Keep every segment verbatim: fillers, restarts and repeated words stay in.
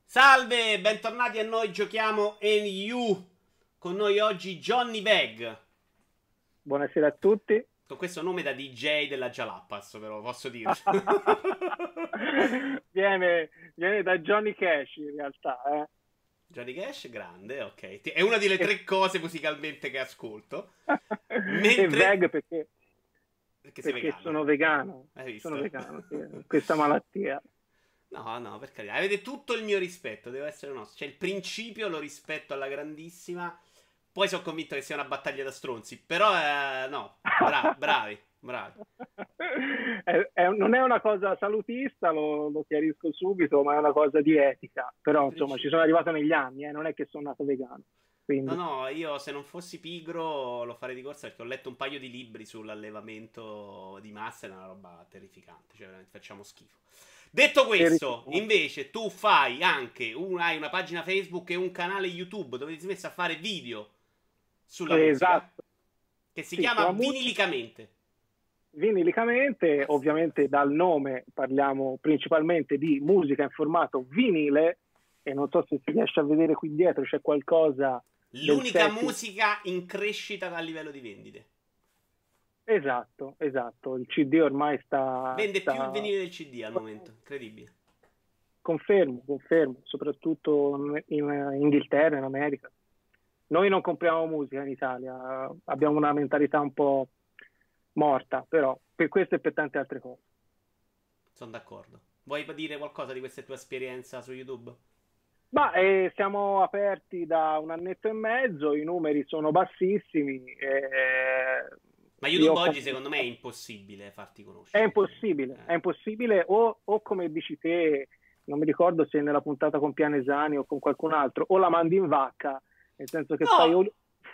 Salve, bentornati a Noi Giochiamo N U. Con noi oggi Johnny Veg. Buonasera a tutti. Con questo nome da D J della Jalapas, però posso dirlo. viene, viene da Johnny Cash in realtà. Eh. Johnny Cash, grande, ok. È una delle tre cose musicalmente che ascolto. Mentre... E Veg perché, perché, perché sono vegano. Hai visto? Sono vegano, sì, questa malattia. No, no, per carità. Avete tutto il mio rispetto, deve essere nostro. Cioè, il principio lo rispetto alla grandissima. Poi sono convinto che sia una battaglia da stronzi. Però, eh, no, bravi, bravi, bravi. È, è, non è una cosa salutista, lo, lo chiarisco subito, ma è una cosa di etica. Però, il insomma, principio. Ci sono arrivato negli anni, eh, non è che sono nato vegano. Quindi... No, no, io se non fossi pigro lo farei di corsa perché ho letto un paio di libri sull'allevamento di massa ed è una roba terrificante. Cioè, veramente facciamo schifo. Detto questo, invece, tu fai anche un, hai una pagina Facebook e un canale YouTube dove ti sei messo a fare video sulla esatto. musica che si sì, chiama Vinilicamente. Vinilicamente, ovviamente dal nome parliamo principalmente di musica in formato vinile e non so se si riesce a vedere qui dietro, c'è qualcosa. L'unica musica in crescita a livello di vendite. Esatto, esatto. Il C D ormai sta... Vende sta... più il vinile del C D al momento, incredibile. Confermo, confermo, soprattutto in Inghilterra, in America. Noi non compriamo musica in Italia, abbiamo una mentalità un po' morta, però per questo e per tante altre cose. Sono d'accordo. Vuoi dire qualcosa di questa tua esperienza su YouTube? Ma eh, siamo aperti da un annetto e mezzo, i numeri sono bassissimi. Eh, Ma YouTube oggi secondo me è impossibile farti conoscere. È impossibile, eh. è impossibile o, o come dici te, non mi ricordo se nella puntata con Pianesani o con qualcun altro, o la mandi in vacca, nel senso che no. fai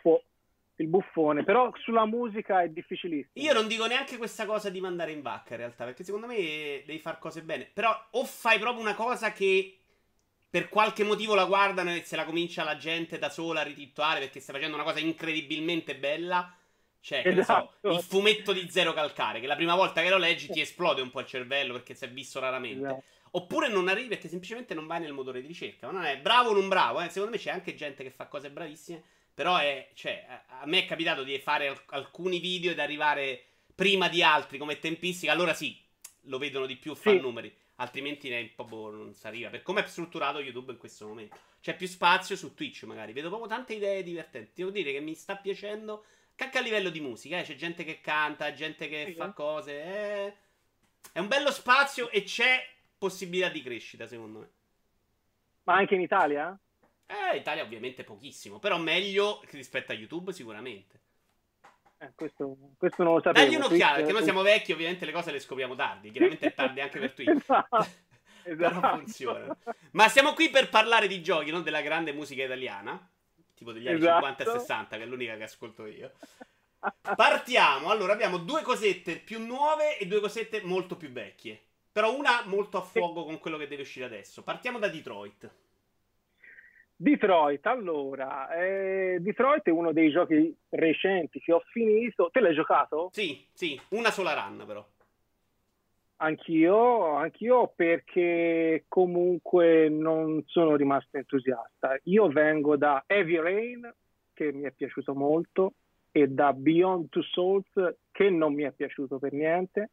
il buffone, però sulla musica è difficilissimo. Io non dico neanche questa cosa di mandare in vacca in realtà, perché secondo me devi fare cose bene, però o fai proprio una cosa che per qualche motivo la guardano e se la comincia la gente da sola a rititolare perché stai facendo una cosa incredibilmente bella. Cioè, che esatto. ne so, il fumetto di Zero Calcare, che la prima volta che lo leggi ti esplode un po' il cervello perché si è visto raramente. Esatto. Oppure non arrivi perché semplicemente non vai nel motore di ricerca. Ma non è bravo o non bravo, eh. Secondo me c'è anche gente che fa cose bravissime. Però è, cioè, a me è capitato di fare alc- alcuni video ed arrivare prima di altri come tempistica. Allora sì, lo vedono di più, fa sì. numeri. Altrimenti è un po' non si arriva. Per come è strutturato YouTube in questo momento. C'è più spazio su Twitch magari. Vedo proprio tante idee divertenti. Devo dire che mi sta piacendo... Anche a livello di musica, eh? C'è gente che canta, gente che sì. fa cose. Eh? È un bello spazio e c'è possibilità di crescita, secondo me. Ma anche in Italia? Eh, in Italia ovviamente pochissimo, però meglio rispetto a YouTube sicuramente. Eh, questo, questo non lo sapevo. Dagli un'occhiata, perché noi siamo vecchi, ovviamente le cose le scopriamo tardi. Chiaramente è tardi anche per Twitch. Esatto. Però funziona. Ma siamo qui per parlare di giochi, non della grande musica italiana. Tipo degli anni esatto. cinquanta e sessanta, che è l'unica che ascolto io. Partiamo. Allora, abbiamo due cosette più nuove e due cosette molto più vecchie. Però una molto a fuoco con quello che deve uscire adesso. Partiamo da Detroit. Detroit, allora. Eh, Detroit è uno dei giochi recenti che ho finito. Te l'hai giocato? Sì, sì. Una sola run, però. Anch'io, anch'io perché comunque non sono rimasto entusiasta. Io vengo da Heavy Rain, che mi è piaciuto molto, e da Beyond Two Souls, che non mi è piaciuto per niente.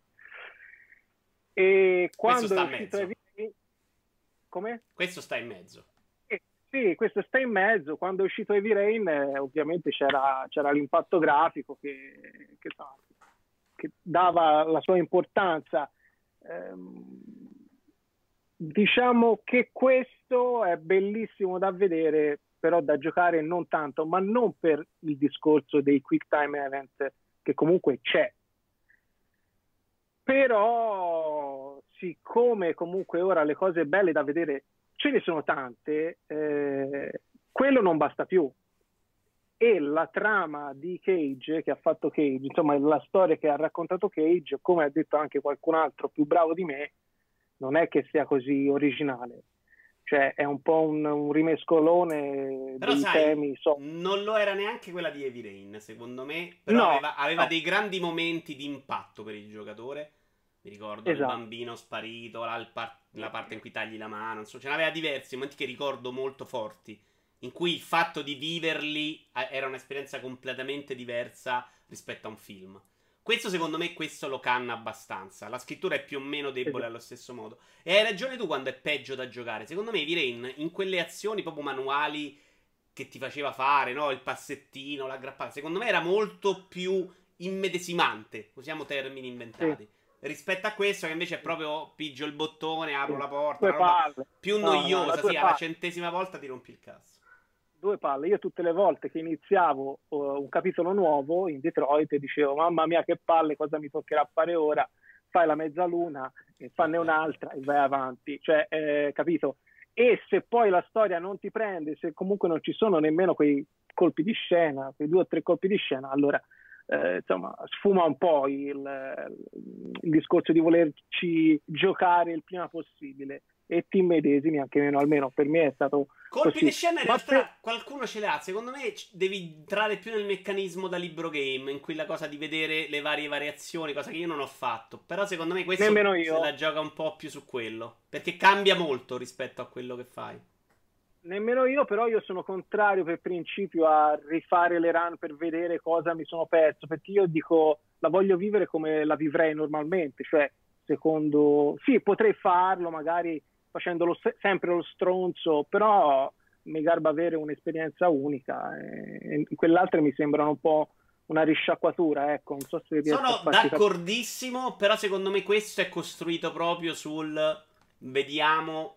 E quando questo sta è in mezzo. Heavy Rain... Come? Questo sta in mezzo. Eh, sì, questo sta in mezzo. Quando è uscito Heavy Rain, eh, ovviamente c'era, c'era l'impatto grafico che, che, che dava la sua importanza. Diciamo che questo è bellissimo da vedere, però da giocare non tanto, ma non per il discorso dei quick time event che comunque c'è, però siccome comunque ora le cose belle da vedere ce ne sono tante, eh, quello non basta più. E la trama di Cage, che ha fatto Cage, insomma la storia che ha raccontato Cage, come ha detto anche qualcun altro più bravo di me, non è che sia così originale. Cioè è un po' un, un rimescolone però dei sai, temi. So. Non lo era neanche quella di Heavy Rain, secondo me. Però no, aveva, aveva no. dei grandi momenti di impatto per il giocatore. Mi ricordo il esatto. bambino sparito, la, il par- la parte in cui tagli la mano, insomma, ce n'aveva diversi momenti che ricordo molto forti, in cui il fatto di viverli eh, era un'esperienza completamente diversa rispetto a un film. Questo secondo me questo lo canna abbastanza. La scrittura è più o meno debole esatto. allo stesso modo. E hai ragione tu quando è peggio da giocare. Secondo me Heavy Rain in quelle azioni proprio manuali che ti faceva fare, no? Il passettino, la grappata, secondo me era molto più immedesimante, usiamo termini Sì, inventati. Rispetto a questo che invece è sì, proprio piggio il bottone, apro sì. la porta, Due una roba palle. più No, no, la noiosa, due sì, alla palle. centesima volta ti rompi il cazzo. Due palle. Io tutte le volte che iniziavo uh, un capitolo nuovo in Detroit dicevo, mamma mia che palle, cosa mi toccherà fare ora? Fai la mezzaluna, e fanne un'altra e vai avanti. Cioè, eh, capito? E se poi la storia non ti prende, se comunque non ci sono nemmeno quei colpi di scena, quei due o tre colpi di scena, allora eh, insomma sfuma un po' il, il discorso di volerci giocare il prima possibile e ti immedesimi anche meno, almeno per me è stato Colpi di così. scena in Ma per... realtà qualcuno ce l'ha. Secondo me c- devi entrare più nel meccanismo da libro game, in cui la cosa di vedere le varie variazioni, cosa che io non ho fatto. Però secondo me questo Nemmeno se io, la gioca un po' più su quello. Perché cambia molto rispetto a quello che fai. nemmeno io, però io sono contrario per principio a rifare le run per vedere cosa mi sono perso, perché io dico la voglio vivere come la vivrei normalmente, cioè secondo... Sì, potrei farlo magari facendolo se- sempre lo stronzo, però mi garba avere un'esperienza unica. E, e quell'altre mi sembrano un po' una risciacquatura, ecco, non so se riesco a Sono farti capire. d'accordissimo, però secondo me questo è costruito proprio sul vediamo.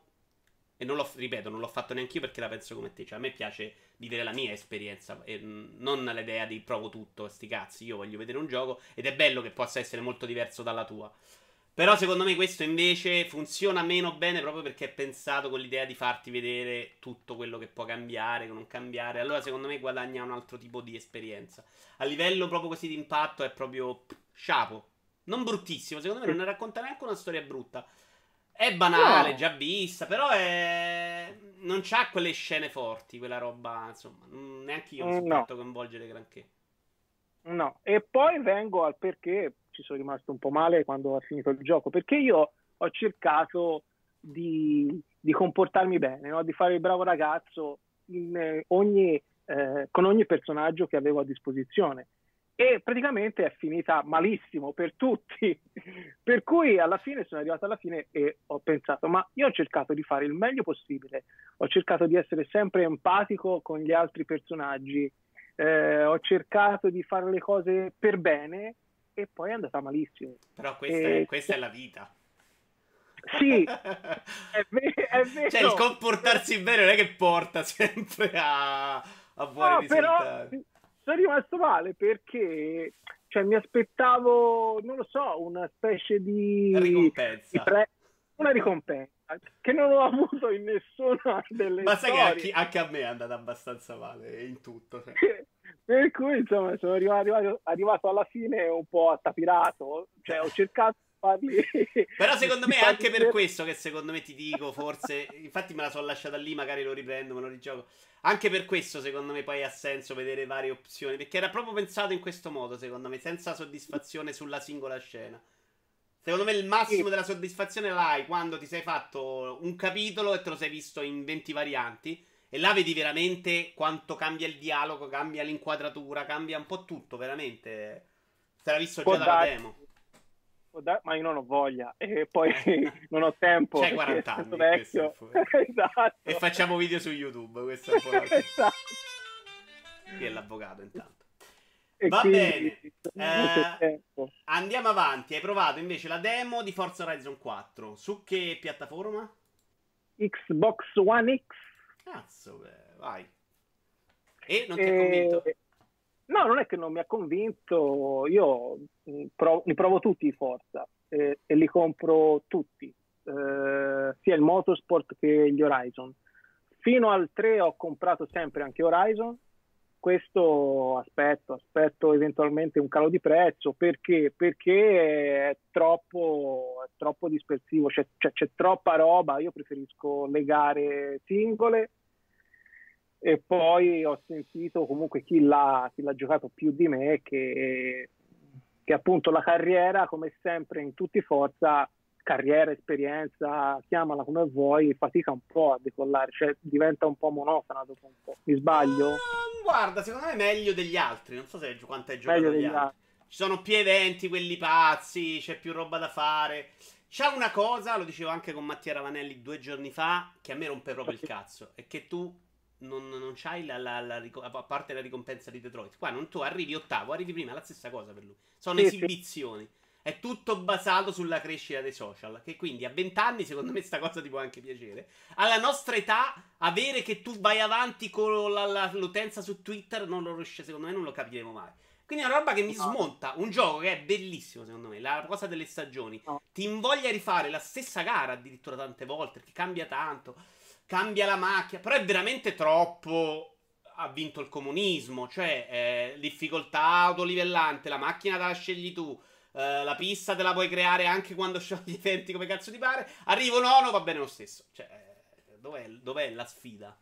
E non l'ho, ripeto, non l'ho fatto neanche io perché la penso come te. Cioè, a me piace vivere la mia esperienza e mm, non l'idea di provo tutto, sti cazzi. Io voglio vedere un gioco ed è bello che possa essere molto diverso dalla tua. Però secondo me questo invece funziona meno bene proprio perché è pensato con l'idea di farti vedere tutto quello che può cambiare, che non cambiare. Allora secondo me guadagna un altro tipo di esperienza. A livello proprio così di impatto è proprio pff, sciapo. Non bruttissimo, secondo me non ne racconta neanche una storia brutta. È banale, No, già vista, però è... non c'ha quelle scene forti, quella roba, insomma, mm, neanche io mi sono no. fatto coinvolgere granché. No, e poi vengo al perché ci sono rimasto un po' male quando ho finito il gioco, perché io ho cercato di, di comportarmi bene, no? Di fare il bravo ragazzo in eh, ogni, eh, con ogni personaggio che avevo a disposizione. E praticamente è finita malissimo per tutti. Per cui alla fine sono arrivato alla fine e ho pensato, ma io ho cercato di fare il meglio possibile, ho cercato di essere sempre empatico con gli altri personaggi, eh, ho cercato di fare le cose per bene e poi è andata malissimo. Però questa è, E, questa è la vita. sì, è, ve- è Cioè, il vero, però, comportarsi bene non è che porta sempre a, a buoni no, però risultati. sono rimasto male perché cioè, mi aspettavo, non lo so, una specie di, di Ricompensa. pre- una ricompensa che non ho avuto in nessuna delle Ma sai che anche, storie. anche a me è andata abbastanza male in tutto. Cioè. Per cui insomma sono arrivato, arrivato alla fine un po' attapirato, cioè ho cercato di farli, Però secondo di me è farli anche per vedere. questo che secondo me ti dico, forse, infatti me la sono lasciata lì, magari lo riprendo, me lo rigioco. Anche per questo secondo me poi ha senso vedere varie opzioni, perché era proprio pensato in questo modo, secondo me, senza soddisfazione sulla singola scena. Secondo me il Sì, massimo della soddisfazione l'hai quando ti sei fatto un capitolo e te lo sei visto in venti varianti e là vedi veramente quanto cambia il dialogo, cambia l'inquadratura, cambia un po' tutto, veramente. Se l'ha visto può già dalla darsi, demo. può dar- ma io non ho voglia e poi Eh. non ho tempo C'hai perché quaranta sono anni, questo è il vecchio. problema. E Esatto. facciamo video su YouTube, questo è un po' l'altro. Esatto. Qui è l'avvocato intanto. E Va quindi bene. non c'è Eh, tempo. andiamo avanti. Hai provato invece la demo di Forza Horizon quattro. Su che piattaforma? Xbox One X. Cazzo, beh, vai. E non ti ha convinto? E... No, non è che non mi ha convinto, io mh, provo- li provo tutti i Forza eh, e li compro tutti, eh, sia il Motorsport che gli Horizon. Fino al tre ho comprato sempre anche Horizon, questo aspetto, aspetto eventualmente un calo di prezzo, perché? Perché è troppo, è troppo dispersivo, c'è, c'è, c'è troppa roba, io preferisco le gare singole e poi ho sentito comunque chi l'ha, chi l'ha giocato più di me che che appunto la carriera, come sempre in tutti i Forza, carriera, esperienza, chiamala come vuoi, fatica un po' a decollare, cioè diventa un po' monotona dopo un po'. Mi sbaglio? Ah, guarda, secondo me è meglio degli altri. Non so se quanto hai Meglio giocato gli degli altri. altri. Ci sono più eventi, quelli pazzi, c'è più roba da fare. C'è una cosa, lo dicevo anche con Mattia Ravanelli due giorni fa, che a me rompe proprio il cazzo. È che tu non, non c'hai la, la, la rico- a parte la ricompensa di Detroit. Qua non tu arrivi ottavo, arrivi prima, è la stessa cosa per lui. Sono Sì, sì. esibizioni. È tutto basato sulla crescita dei social. Che quindi a venti anni, secondo me, sta cosa ti può anche piacere. Alla nostra età, avere che tu vai avanti con la- la- l'utenza su Twitter, non lo riesce, secondo me, non lo capiremo mai. Quindi è una roba che mi No, smonta. Un gioco che è bellissimo, secondo me. La cosa delle stagioni. no. Ti invoglia a rifare la stessa gara addirittura tante volte. Perché cambia tanto. Cambia la macchina. Però è veramente troppo. Ha vinto il comunismo. Cioè, eh, difficoltà autolivellante. La macchina te la scegli tu. eh, la pista te la puoi creare anche quando sciogli gli eventi come cazzo ti pare. Arrivo nono, va bene lo stesso. Cioè, eh, dov'è, dov'è la sfida?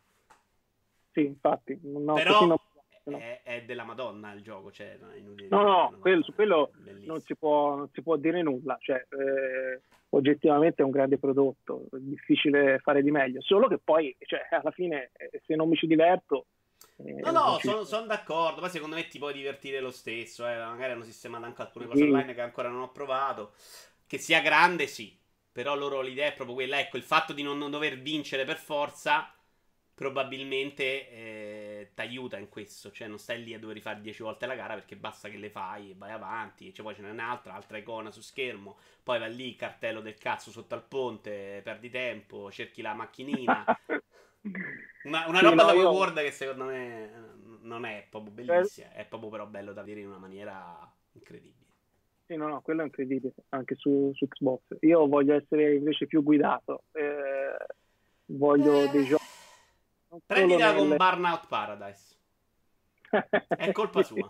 Sì, infatti, no, così Però non, no. è, è della Madonna il gioco, cioè non è inutile No, dire che è no, una quello- roba su quello non bellissima. si può, non si può dire nulla, cioè, eh, oggettivamente è un grande prodotto, è difficile fare di meglio, solo che poi, cioè, alla fine, eh, se non mi ci diverto, No, eh, non no, ci sono diverto. son d'accordo, ma secondo me ti puoi divertire lo stesso, eh. Magari hanno sistemato anche alcune cose Sì, online che ancora non ho provato. Che sia grande, sì. Però loro l'idea è proprio quella, ecco, il fatto di non, non dover vincere per forza probabilmente eh, ti aiuta in questo, cioè non stai lì a dover rifare dieci volte la gara perché basta che le fai e vai avanti, e cioè, poi ce n'è un'altra, altra icona su schermo, poi vai lì, cartello del cazzo sotto al ponte, perdi tempo, cerchi la macchinina. Una, una sì, roba no, da io, World che secondo me eh, non è proprio eh, bellissima, è proprio però bello da vedere in una maniera incredibile. sì, no, no, quello è incredibile, anche su, su Xbox. Io voglio essere invece più guidato, eh, voglio dei Eh, giochi non solo prenditela con nel... Burnout Paradise, è colpa Sì. sua.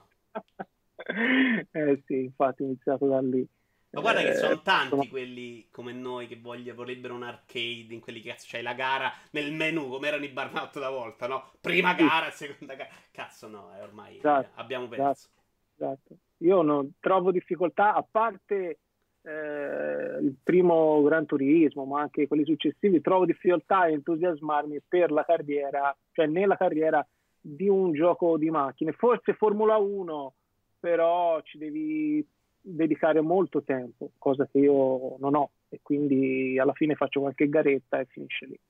Eh sì, infatti ho iniziato da lì. Ma guarda che Eh, sono possono- tanti quelli come noi che voglia, vorrebbero un arcade in quelli che cazzo c'hai la gara nel menu come erano i Burnout da volta, no? Prima sì, gara, seconda gara. Cazzo no, eh, ormai esatto, abbia- abbiamo esatto, perso. esatto. Io non trovo difficoltà, a parte eh, il primo Gran Turismo, ma anche quelli successivi, trovo difficoltà a entusiasmarmi per la carriera, cioè nella carriera di un gioco di macchine. Forse Formula uno, però ci devi dedicare molto tempo, cosa che io non ho, e quindi alla fine faccio qualche garetta e finisce lì.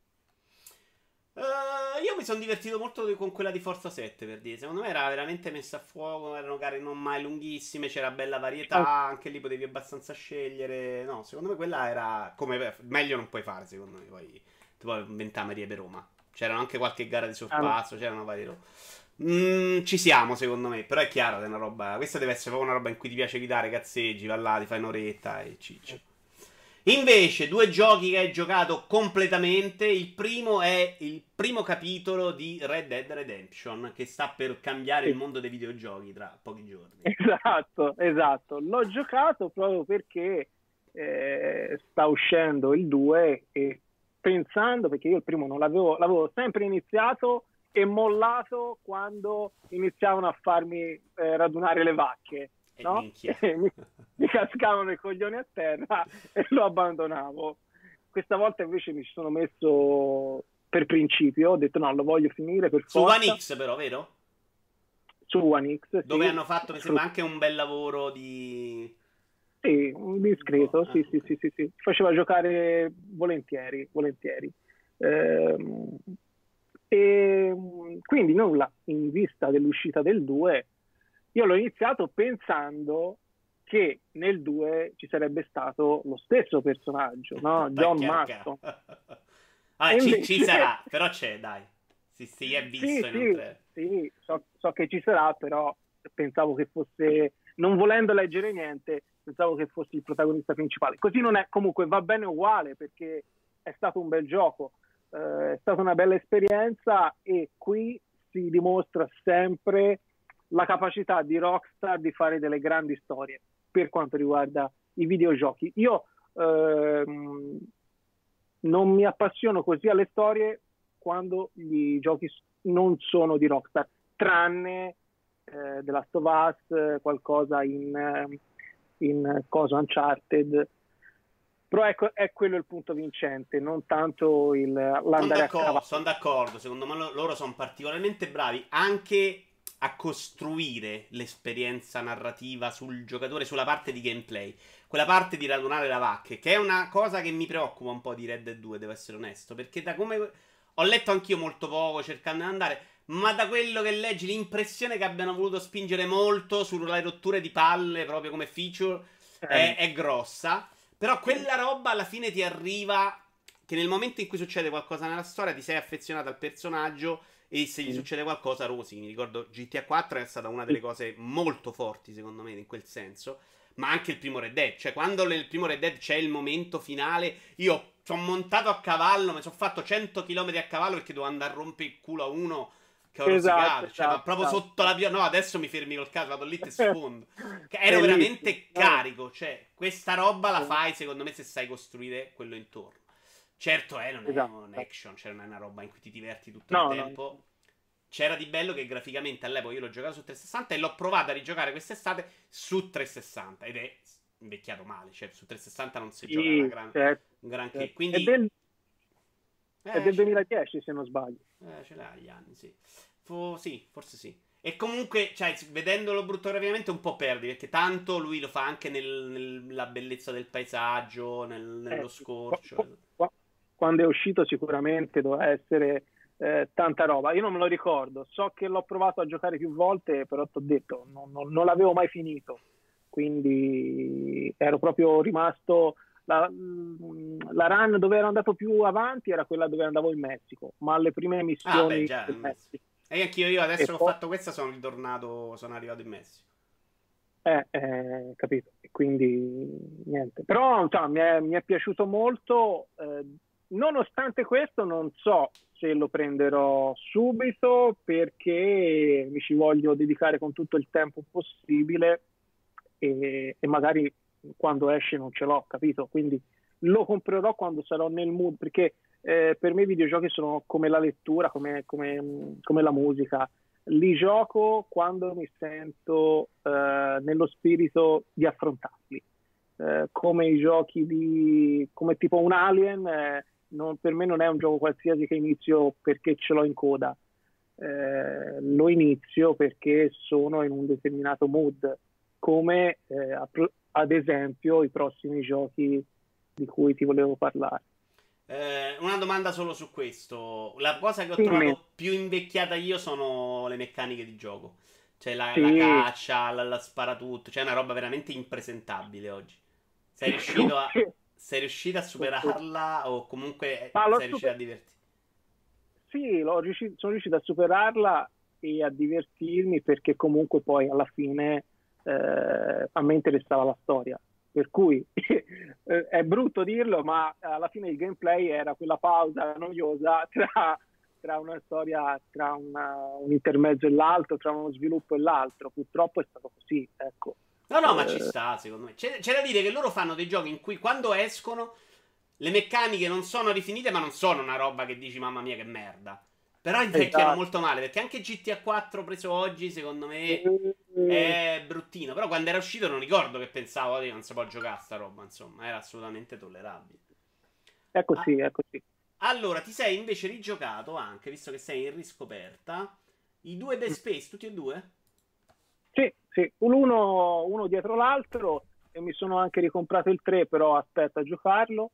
Eh, io mi sono divertito molto con quella di Forza sette per dire. Secondo me era veramente messa a fuoco. Erano gare non mai lunghissime. C'era bella varietà. Ah, Anche lì potevi abbastanza scegliere. No, secondo me quella era come meglio non puoi fare. Secondo me poi ti puoi inventare Maria per Roma. C'erano anche qualche gara di ah, no. sorpasso. C'erano varie robe. Mm, ci siamo, secondo me. Però è chiaro che è una roba. Questa deve essere proprio una roba in cui ti piace guidare, cazzeggi, va là, ti fai un'oretta e ciccio. Invece, due giochi che hai giocato completamente. Il primo è il primo capitolo di Red Dead Redemption, che sta per cambiare il Sì. mondo dei videogiochi tra pochi giorni. Esatto, esatto. L'ho giocato proprio perché eh, sta uscendo il due e pensando, perché io il primo non l'avevo, l'avevo sempre iniziato e mollato quando iniziavano a farmi eh, radunare le vacche, E no? minchia. E mi, mi cascavano i coglioni a terra e lo abbandonavo. Questa volta invece mi ci sono messo per principio, ho detto no, lo voglio finire per Su One forza. X, però, vero? Su One X, Dove sì, hanno fatto, mi sembra, sfrutto. anche un bel lavoro di. Sì, un Un po'. discreto, Ah, sì, sì, ok. sì, sì, sì. Ci faceva giocare volentieri, volentieri. Ehm, e quindi nulla, in vista dell'uscita del due, io l'ho iniziato pensando che nel due ci sarebbe stato lo stesso personaggio, no? Dai, John chiaro, chiaro. Marston. Ah, E ci, ci invece sarà, però c'è, dai. Si, si è sì, visto in un sì, trailer. sì, so, so che ci sarà, però pensavo che fosse, non volendo leggere niente, pensavo che fosse il protagonista principale. Così non è, comunque va bene uguale perché è stato un bel gioco, eh, è stata una bella esperienza e qui si dimostra sempre la capacità di Rockstar di fare delle grandi storie per quanto riguarda i videogiochi. Io ehm, non mi appassiono così alle storie quando i giochi non sono di Rockstar, tranne eh, The Last of Us, qualcosa in, eh, in cosa Uncharted. Però ecco, è quello il punto vincente, non tanto il, Sono l'andare a d'accordo, cavallo. son d'accordo, secondo me lo- loro sono particolarmente bravi anche a costruire l'esperienza narrativa sul giocatore, sulla parte di gameplay, quella parte di radunare le vacche, che è una cosa che mi preoccupa un po' di Red Dead due, devo essere onesto, perché da come ho letto anch'io molto poco cercando di andare, ma da quello che leggi l'impressione che abbiano voluto spingere molto sulle rotture di palle proprio come feature è, Eh, è grossa. Però quella roba alla fine ti arriva che nel momento in cui succede qualcosa nella storia ti sei affezionato al personaggio e se gli mm, succede qualcosa rosichi. Mi ricordo G T A quattro è stata una delle cose molto forti secondo me in quel senso, ma anche il primo Red Dead, cioè quando nel primo Red Dead c'è il momento finale, io sono montato a cavallo, mi sono fatto cento chilometri a cavallo perché dovevo andare a rompere il culo a uno che ho esatto, rosicato, cioè ma esatto, proprio esatto. sotto la via, no, adesso mi fermi col caso, vado lì e sfondo. Che ero Bellissimo. veramente No, no, carico, cioè questa roba la no, fai secondo me se sai costruire quello intorno. Certo, eh, non è esatto. un Esatto. action, cioè non è una roba in cui ti diverti tutto il No, no, tempo. C'era di bello che graficamente all'epoca io l'ho giocato su trecentosessanta e l'ho provato a rigiocare quest'estate su trecentosessanta ed è invecchiato male, cioè su trecentosessanta non si gioca una sì, gran, certo, un granché. certo. È Quindi, del, è eh, del ce l'ha, duemiladieci se non sbaglio. eh, ce l'ha gli anni, sì. Fu- sì, forse sì. E comunque, cioè, vedendolo brutto graficamente un po' perdi, perché tanto lui lo fa anche nel- nella bellezza del paesaggio, nel- nello Eh, sì. Qua- qua- scorcio. qua- Quando è uscito sicuramente doveva essere eh, tanta roba. Io non me lo ricordo, so che l'ho provato a giocare più volte, però ti ho detto, non, non- non l'avevo mai finito, quindi ero proprio rimasto... La, la run dove ero andato più avanti era quella dove andavo in Messico, ma le prime Ah, beh, missioni già, del in Messico. Messico. E anch'io, io E adesso che ho poi, fatto questa sono ritornato, sono arrivato in Messico. Eh, eh, capito, e quindi niente. Però insomma, mi è, mi è piaciuto molto, eh, nonostante questo non so se lo prenderò subito perché mi ci voglio dedicare con tutto il tempo possibile e, e magari quando esce non ce l'ho, capito? Quindi lo comprerò quando sarò nel mood, perché eh, per me i videogiochi sono come la lettura, come, come come la musica, li gioco quando mi sento eh, nello spirito di affrontarli. Eh, come i giochi di come tipo un Alien, eh, non- per me non è un gioco qualsiasi che inizio perché ce l'ho in coda. Eh, lo inizio perché sono in un determinato mood, come eh, a- ad esempio i prossimi giochi di cui ti volevo parlare. Eh, una domanda solo su questo. La cosa che ho Dimmi. trovato più invecchiata io sono le meccaniche di gioco. Cioè la, la Sì, caccia, la, la sparatutto. Cioè è una roba veramente impresentabile oggi. Sei riuscito a, tutti, sei riuscito a tutti. superarla o comunque Ma l'ho sei riuscito a super- divertirti? Sì, l'ho riusci- sono riuscito a superarla e a divertirmi perché comunque poi alla fine eh, a me interessava la storia. Per cui eh, è brutto dirlo, ma alla fine il gameplay era quella pausa noiosa tra, tra una storia, tra una- un intermezzo e l'altro, tra uno sviluppo e l'altro. Purtroppo è stato così, ecco. No, no, ma ci Eh, sta, secondo me. C'è, c'è da dire che loro fanno dei giochi in cui quando escono le meccaniche non sono rifinite, ma non sono una roba che dici mamma mia che merda. Però invecchiano esatto. molto male, perché anche G T A quattro preso oggi, secondo me, Eh, è bruttino. Però quando era uscito non ricordo che pensavo, "Oh, non si può giocare sta roba, insomma, era assolutamente tollerabile. è Ah, così, è così. allora, ti sei invece rigiocato anche, visto che sei in riscoperta, i due Dead Space, tutti e due? Sì, sì, l'uno uno dietro l'altro e mi sono anche ricomprato il tre, però aspetta a giocarlo.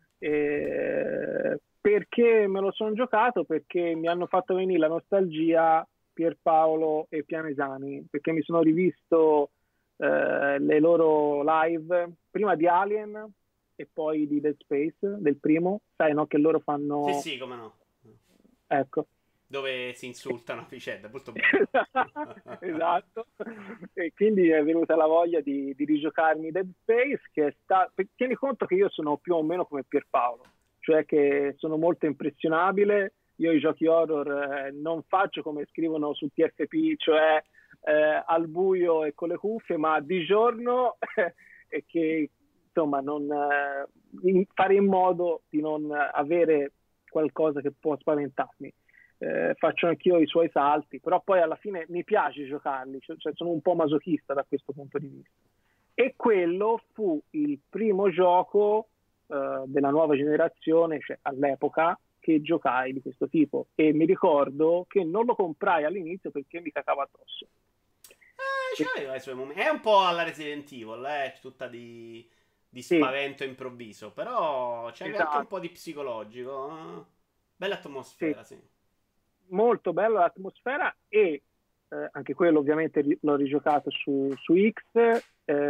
Eh, perché me lo sono giocato? Perché mi hanno fatto venire la nostalgia Pierpaolo e Pianesani, perché mi sono rivisto eh, le loro live, prima di Alien e poi di Dead Space, del primo, sai no, che loro Sì, fanno... sì, come no. Ecco, Dove si insultano a vicenda, molto bello. esatto, e quindi è venuta la voglia di, di rigiocarmi Dead Space, che è sta... tieni conto che io sono più o meno come Pierpaolo, cioè che sono molto impressionabile. Io i giochi horror eh, non faccio come scrivono su T F P, cioè eh, al buio e con le cuffie, ma di giorno e che insomma non, eh, in- fare in modo di non avere qualcosa che può spaventarmi. Eh, faccio anch'io i suoi salti, però poi alla fine mi piace giocarli, cioè, cioè sono un po' masochista da questo punto di vista. E quello fu il primo gioco eh, della nuova generazione, cioè all'epoca, che giocai di questo tipo. E mi ricordo che non lo comprai all'inizio perché mi cacava addosso. Eh, E- c'aveva i suoi momenti. È un po' alla Resident Evil, eh, tutta di, di sì, spavento improvviso. Però c'aveva anche un esatto, po' di psicologico. eh. Bella sì. atmosfera, sì. Molto bella l'atmosfera e eh, anche quello ovviamente ri- l'ho rigiocato su, su X,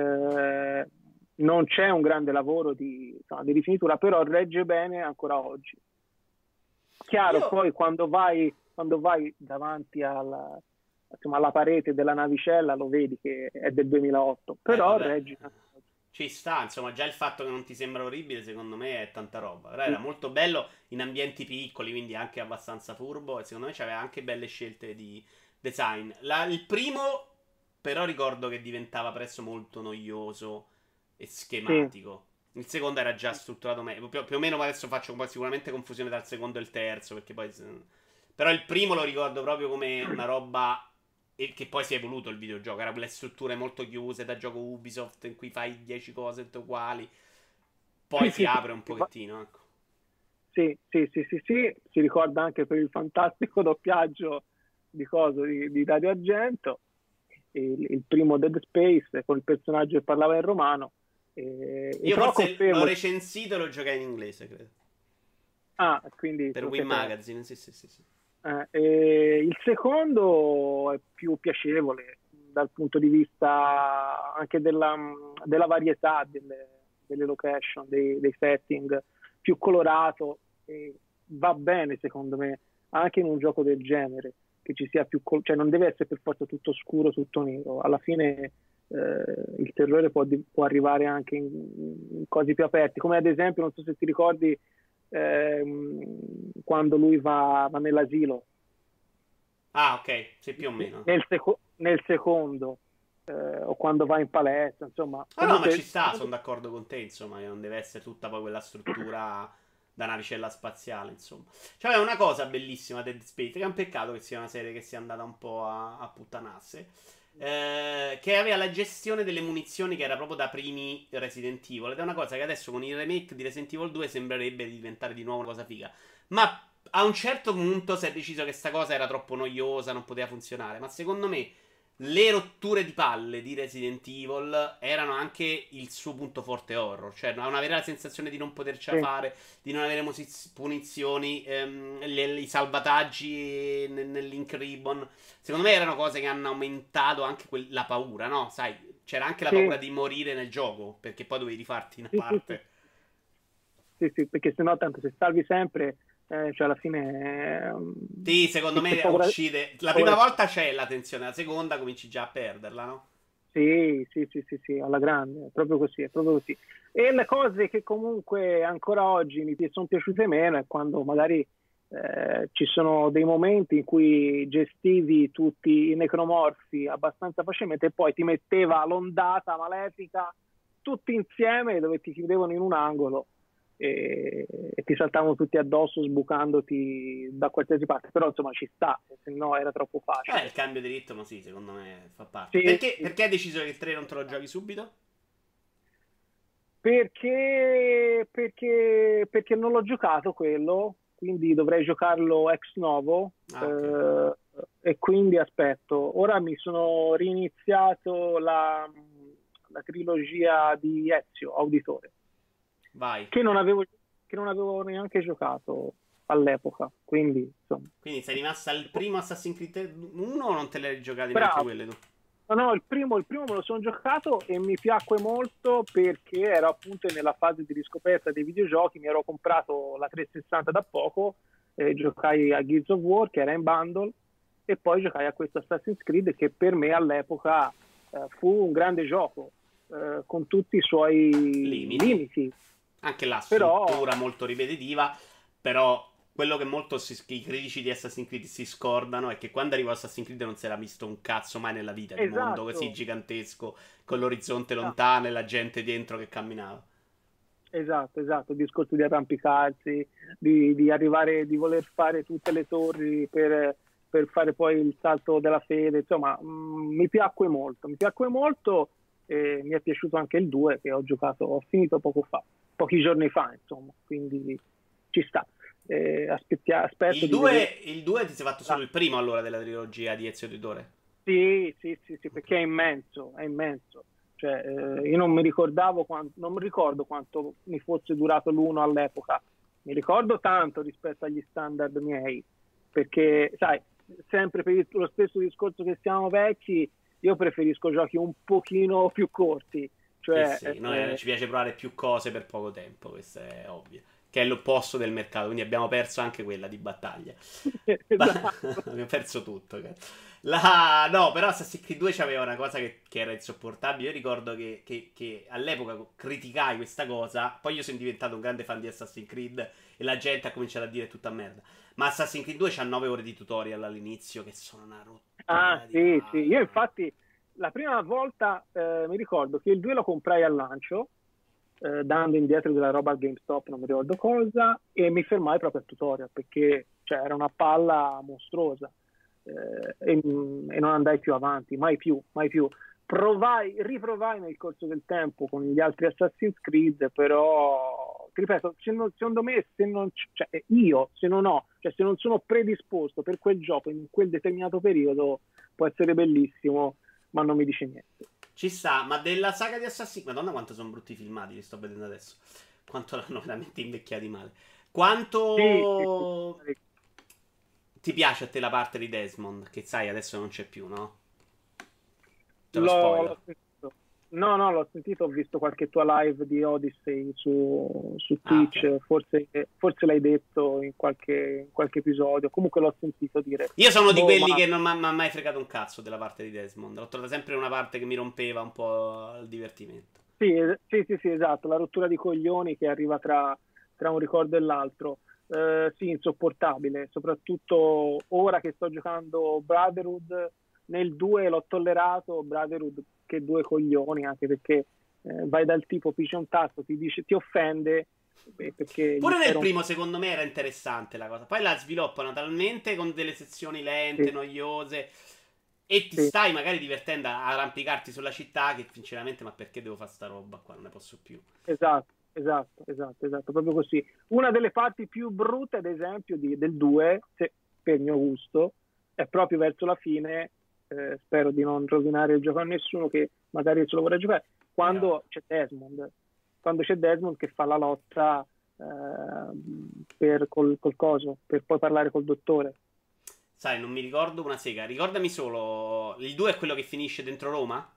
eh, non c'è un grande lavoro di, insomma, di rifinitura, però regge bene ancora oggi. Chiaro, Io. poi quando vai, quando vai davanti alla, insomma, alla parete della navicella lo vedi che è del duemilaotto, Eh, però vabbè. regge ancora oggi. Ci sta, insomma, già il fatto che non ti sembra orribile, secondo me, è tanta roba. Però era molto bello in ambienti piccoli, quindi anche abbastanza furbo. E secondo me c'aveva anche belle scelte di design. La- il primo, però, ricordo che diventava presto molto noioso e Sì, schematico. Il secondo era già strutturato meglio. Più, più o meno adesso faccio poi sicuramente confusione tra il secondo e il terzo, perché poi. Però il primo lo ricordo proprio come una roba e che poi si è evoluto il videogioco. Era quelle strutture molto chiuse da gioco Ubisoft in cui fai dieci cose tutte uguali. Poi sì, si sì, sì, apre un sì, va- pochettino, ecco. sì, sì, sì, sì, sì, si ricorda anche per il fantastico doppiaggio di coso di, di Dario Argento, il, il primo Dead Space con il personaggio che parlava in romano. E, e Io però forse l'ho confermo, recensito e lo giocai in inglese, credo. ah, quindi Per te lo Win sei perso. Magazine, sì, sì, sì, sì. Eh, e il secondo è più piacevole dal punto di vista anche della, della varietà delle, delle location, dei, dei setting, più colorato e va bene secondo me anche in un gioco del genere che ci sia più, col- cioè non deve essere per forza tutto scuro, tutto nero. Alla fine eh, il terrore può, di- può arrivare anche in, in cose più aperte, come ad esempio, non so se ti ricordi ehm, quando lui va, va nell'asilo Ah, ok, sì, più o meno. nel, seco- nel secondo eh, o quando va in palestra, insomma, Ah no, ma ci comunque sta, sono d'accordo con te, insomma, che non deve essere tutta poi quella struttura da navicella spaziale, insomma. C'è una cosa bellissima Dead Space, che è un peccato che sia una serie che sia andata un po' a, a puttanasse, eh, che aveva la gestione delle munizioni che era proprio da primi Resident Evil, ed è una cosa che adesso con il remake di Resident Evil due sembrerebbe diventare di nuovo una cosa figa. Ma a un certo punto si è deciso che sta cosa era troppo noiosa, non poteva funzionare, ma secondo me le rotture di palle di Resident Evil erano anche il suo punto forte horror, cioè non avere la sensazione di non potercela sì, fare, di non avere musiz- punizioni, ehm, le- i salvataggi nel- nell'Ink Ribbon. Secondo me erano cose che hanno aumentato anche quel- la paura, no? Sai, c'era anche la paura sì, di morire nel gioco, perché poi dovevi rifarti una sì, sì, sì, parte. sì, sì, perché sennò tanto se salvi sempre, eh, cioè alla fine ehm, Sì, secondo che c'è me poco uccide. La poco prima da- volta c'è la tensione, la seconda cominci già a perderla, no? Sì, sì, sì, sì, sì, alla grande, è proprio così, è proprio così. E le cose che comunque ancora oggi mi pi- sono piaciute meno è quando magari eh, ci sono dei momenti in cui gestivi tutti i necromorfi abbastanza facilmente e poi ti metteva l'ondata malefica tutti insieme dove ti chiudevano in un angolo e, e ti saltavano tutti addosso sbucandoti da qualsiasi parte. Però insomma ci sta, se no era troppo Eh, facile. il cambio di ritmo, sì, secondo me fa parte. Sì, Perché, sì, perché hai deciso che il tre non te lo giochi subito? Perché, perché, perché non l'ho giocato quello, quindi dovrei giocarlo ex novo Ah, ok. eh, e quindi aspetto. Ora mi sono riniziato la, la trilogia di Ezio, Auditore, Vai. che non avevo, che non avevo neanche giocato all'epoca, quindi insomma. Quindi sei rimasta al primo Assassin's Creed uno o non te l'hai giocati neanche Bravo. quelle tu? No, no, il primo, il primo me lo sono giocato e mi piacque molto perché ero appunto nella fase di riscoperta dei videogiochi, mi ero comprato la trecentosessanta da poco, eh, giocai a Gears of War che era in bundle e poi giocai a questo Assassin's Creed che per me all'epoca eh, fu un grande gioco eh, con tutti i suoi Limiti. limiti, Anche la però struttura molto ripetitiva. Però quello che molto si- i critici di Assassin's Creed si scordano è che quando arrivò Assassin's Creed non si era visto un cazzo mai nella vita di mondo così esatto, gigantesco, con l'orizzonte esatto. lontano e la gente dentro che camminava. Esatto, esatto, il discorso di arrampicarsi, di, di arrivare, di voler fare tutte le torri per, per fare poi il salto della fede, insomma, mh, mi piacque molto, mi piacque molto e mi è piaciuto anche il due che ho giocato, ho finito poco fa, pochi giorni fa, insomma, quindi ci sta. Eh, aspettia- aspetto Il di vedere. due, il due ti sei fatto solo Ah, il primo allora della trilogia di Ezio Auditore? sì, sì, sì, sì, perché è immenso, è immenso. Cioè, eh, io non mi ricordavo quanto, non mi ricordo quanto mi fosse durato l'uno all'epoca. Mi ricordo tanto rispetto agli standard miei, perché, sai, sempre per il- lo stesso discorso che siamo vecchi, io preferisco giochi un pochino più corti. Sì, Cioè, sì, noi eh, eh, ci piace provare più cose per poco tempo, questo è ovvio. Che è l'opposto del mercato, quindi abbiamo perso anche quella di battaglia. esatto. Abbiamo perso tutto. Cazzo. La... No, però Assassin's Creed due c'aveva una cosa che, che era insopportabile. Io ricordo che, che- che all'epoca criticai questa cosa. Poi io sono diventato un grande fan di Assassin's Creed e la gente ha cominciato a dire è tutta merda. Ma Assassin's Creed due c'ha nove ore di tutorial all'inizio che sono una Ah, rottura di sì, sì. palle. Io infatti la prima volta eh, mi ricordo che il due lo comprai al lancio, eh, dando indietro della roba al GameStop, non mi ricordo cosa, e mi fermai proprio al tutorial perché cioè, era una palla mostruosa eh, e, e non andai più avanti, mai più, mai più. Provai, riprovai nel corso del tempo con gli altri Assassin's Creed, però, ti ripeto, se non- secondo me se non, c- cioè, io se non ho, cioè se non sono predisposto per quel gioco in quel determinato periodo, può essere bellissimo, ma non mi dice niente. Ci sta, ma della saga di Assassin's Creed, Madonna quanto sono brutti i filmati, li sto vedendo adesso. Quanto l'hanno veramente invecchiati male. Sì, sì, sì. Quanto ti piace a te la parte di Desmond? Che sai, adesso non c'è più, no? Te lo L'ho, spoiler. l'ho sentito. No, no, l'ho sentito, ho visto qualche tua live di Odyssey su, su Ah, ok. Twitch, forse, forse l'hai detto in qualche, in qualche episodio, comunque l'ho sentito dire, Io sono di boh, quelli ma che non mi ha mai fregato un cazzo della parte di Desmond. L'ho trovata sempre una parte che mi rompeva un po' il divertimento. sì, es- sì, sì, sì, esatto, la rottura di coglioni che arriva tra, tra un ricordo e l'altro. Eh, sì, insopportabile, soprattutto ora che sto giocando Brotherhood, nel due l'ho tollerato, Brotherhood che due coglioni, anche perché eh, vai dal tipo piscia un tasto, ti dice, ti offende eh, perché gli Pure stai nel rompendo. primo, secondo me, era interessante la cosa. Poi la sviluppano talmente con delle sezioni lente, Sì, noiose. E ti sì. stai magari divertendo a arrampicarti sulla città. Che sinceramente, ma perché devo fare sta roba qua? Non ne posso più. Esatto, esatto, esatto, esatto, proprio così. Una delle parti più brutte, ad esempio, di- del due, se- per il mio gusto, è proprio verso la fine, eh, spero di non rovinare il gioco a nessuno che magari se lo vorrà giocare, Eh, vabbè. quando c'è Desmond, quando c'è Desmond che fa la lotta eh, per, col, col coso, per poi parlare col dottore. Sai, non mi ricordo una sega. Ricordami solo. Il due è quello che finisce dentro Roma?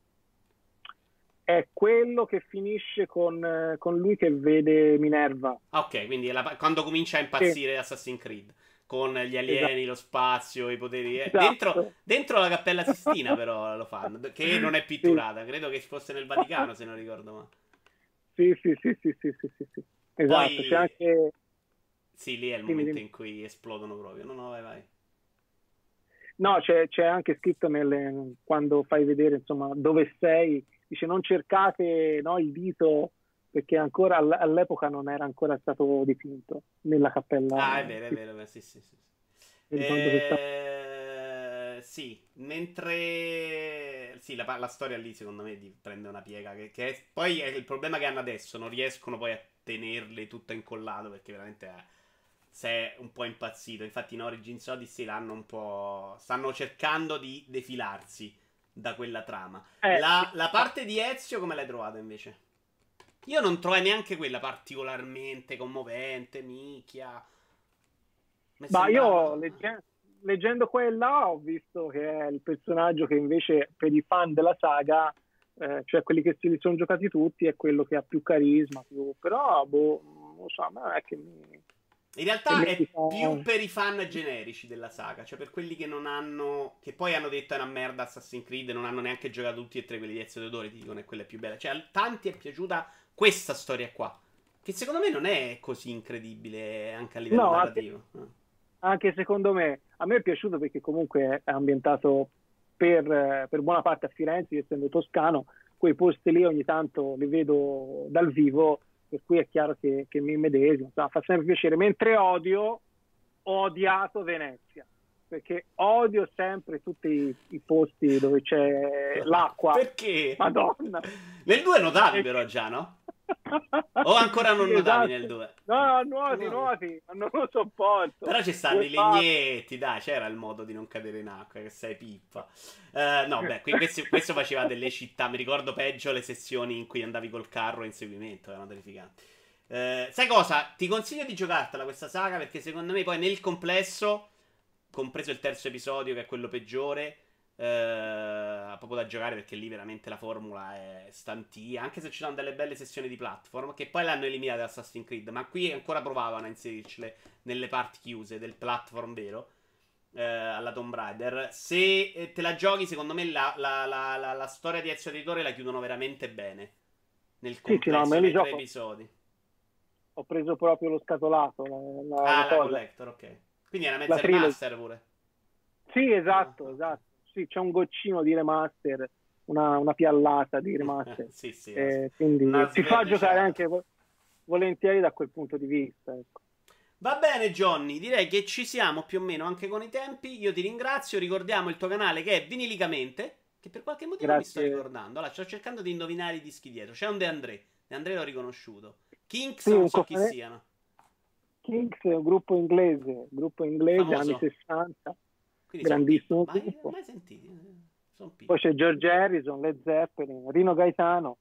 È quello che finisce con, eh, con lui che vede Minerva. Ah, ok, quindi è la- quando comincia a Sì, impazzire Assassin's Creed. Con gli esatto. alieni, lo spazio, i poteri. eh. Dentro, Esatto. dentro la Cappella Sistina, però lo fanno. Che non è Sì. pitturata. Credo che fosse nel Vaticano, se non ricordo male. Sì, sì, sì, sì, sì, sì, sì, sì. Esatto, c'è Poi. anche... Sì, lì è il Dimmi, momento dimmi. in cui esplodono proprio. No, no, vai, vai. No, c'è, c'è anche scritto nelle, quando fai vedere insomma dove sei, dice non cercate no, il dito perché ancora all- all'epoca non era ancora stato dipinto nella Ah, è cappella. vero, è vero, è vero, sì, sì, sì. Mi ricordo questa... Eh, sì, mentre sì, la, la storia lì secondo me di- prende una piega che, che è- poi è il problema che hanno adesso, non riescono poi a tenerle tutto incollato perché veramente è, si è un po' impazzito. Infatti in Origins Odyssey l'hanno un po', stanno cercando di defilarsi da quella trama. Eh, sì. La, la parte di Ezio come l'hai trovata invece? Io non trovai neanche quella particolarmente commovente, micchia. Mi Ma sembrava. io legge- leggendo quella ho visto che è il personaggio che invece per i fan della saga, eh, cioè quelli che se li sono giocati tutti, è quello che ha più carisma, più... però boh, non lo so, ma è che mi, In che realtà mi è più fa- per i fan generici della saga, cioè per quelli che non hanno. Che poi hanno detto è una merda Assassin's Creed, non hanno neanche giocato tutti e tre quelli di Ezio Auditore, ti dicono è quella più bella. Cioè, a tanti è piaciuta questa storia qua. Che secondo me non è così incredibile anche a livello No, anche, narrativo. Eh. anche secondo me, a me è piaciuto perché comunque è ambientato per, eh, per buona parte a Firenze, io essendo toscano, quei posti lì ogni tanto li vedo dal vivo, per cui è chiaro che, che mi immedesimo, insomma, fa sempre piacere, mentre odio, ho odiato Venezia, perché odio sempre tutti i, i posti dove c'è l'acqua. Perché? Madonna. Nel due notavi però già, no? O ancora non Sì, notavi esatto. nel due? No, nuoti, No. nuoti, ma non lo sopporto. Però ci stanno Due i legnetti, dai, c'era il modo di non cadere in acqua, che sei pippa. Eh, no, beh, qui questo, questo faceva delle città, mi ricordo peggio le sessioni in cui andavi col carro a inseguimento, erano terrificanti. Eh, sai cosa? Ti consiglio di giocartela questa saga perché secondo me poi nel complesso, compreso il terzo episodio che è quello peggiore, eh, proprio da giocare perché lì veramente la formula è stantia, anche se ci sono delle belle sessioni di platform che poi l'hanno eliminate da Assassin's Creed, ma qui ancora provavano a inserircele nelle parti chiuse del platform vero, eh, alla Tomb Raider. Se eh, te la giochi, secondo me la, la, la, la, la storia di Ezio Auditore la chiudono veramente bene nel Sì, sì, no, complesso me li nei tre gioco. episodi. Ho preso proprio lo scatolato, la, la, Ah, la la cosa. collector, ok. Quindi è una La mezza trilogy. remaster pure. Sì, esatto, Ah, ok. esatto. Sì, c'è un goccino di remaster, una, una piallata di remaster. Sì, sì, Eh, quindi una ti fa sverniciata. giocare anche vo- volentieri da quel punto di vista. Ecco. Va bene, Johnny, direi che ci siamo più o meno anche con i tempi. Io ti ringrazio. Ricordiamo il tuo canale che è Vinilicamente, che per qualche motivo mi sto Grazie. ricordando. Allora, sto cercando di indovinare i dischi dietro. C'è un De André. De André l'ho riconosciuto. Kinks Sì, non un so chi cofane- siano. Kings è un gruppo inglese, gruppo inglese Famoso. anni sessanta, Quindi sono grandissimo pippa. Ma io non gruppo. ho mai sentiti. Sono Poi pippa. c'è George Harrison, Led Zeppelin, Rino Gaetano.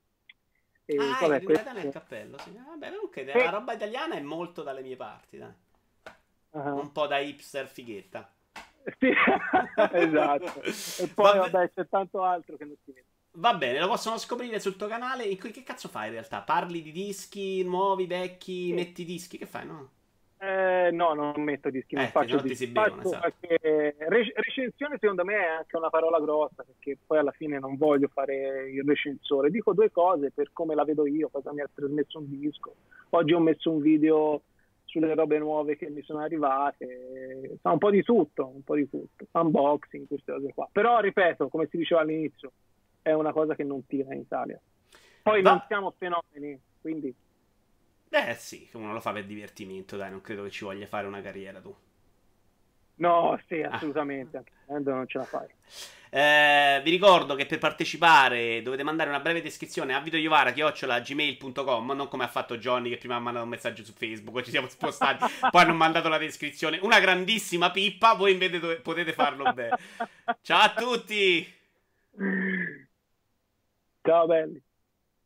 E, Ah, ecco, vabbè, Rino Gaetano è il questo- cappello. Sì. Vabbè, comunque Sì. la roba italiana è molto dalle mie parti, dai. Ah, Un po' da hipster fighetta. sì, esatto. E poi Vabbè- vabbè, c'è tanto altro che non si vede. Va bene, lo possono scoprire sul tuo canale. In cui che cazzo fai in realtà? Parli di dischi nuovi, vecchi, Sì. metti dischi? Che fai, no? Eh, no, non metto dischi, non Eh, faccio no, ti dischi. si bevono, Faccio esatto. qualche- re- recensione secondo me è anche una parola grossa, perché poi alla fine non voglio fare il recensore. Dico due cose per come la vedo io, cosa mi ha trasmesso un disco. Oggi ho messo un video sulle robe nuove che mi sono arrivate, fa un po' di tutto, un po' di tutto, unboxing, queste cose qua. Però ripeto, come si diceva all'inizio, è una cosa che non tira in Italia. Poi Va- non siamo fenomeni, quindi Eh sì, uno lo fa per divertimento, dai, non credo che ci voglia fare una carriera tu. no, sì, Ah. assolutamente, anche volendo non ce la fai. Eh, vi ricordo che per partecipare dovete mandare una breve descrizione a videoiovara chiocciola gmail punto com, non come ha fatto Johnny che prima ha mandato un messaggio su Facebook, ci siamo spostati, poi hanno mandato la descrizione. Una grandissima pippa, voi invece dove- potete farlo bene. Ciao a tutti! Ciao belli.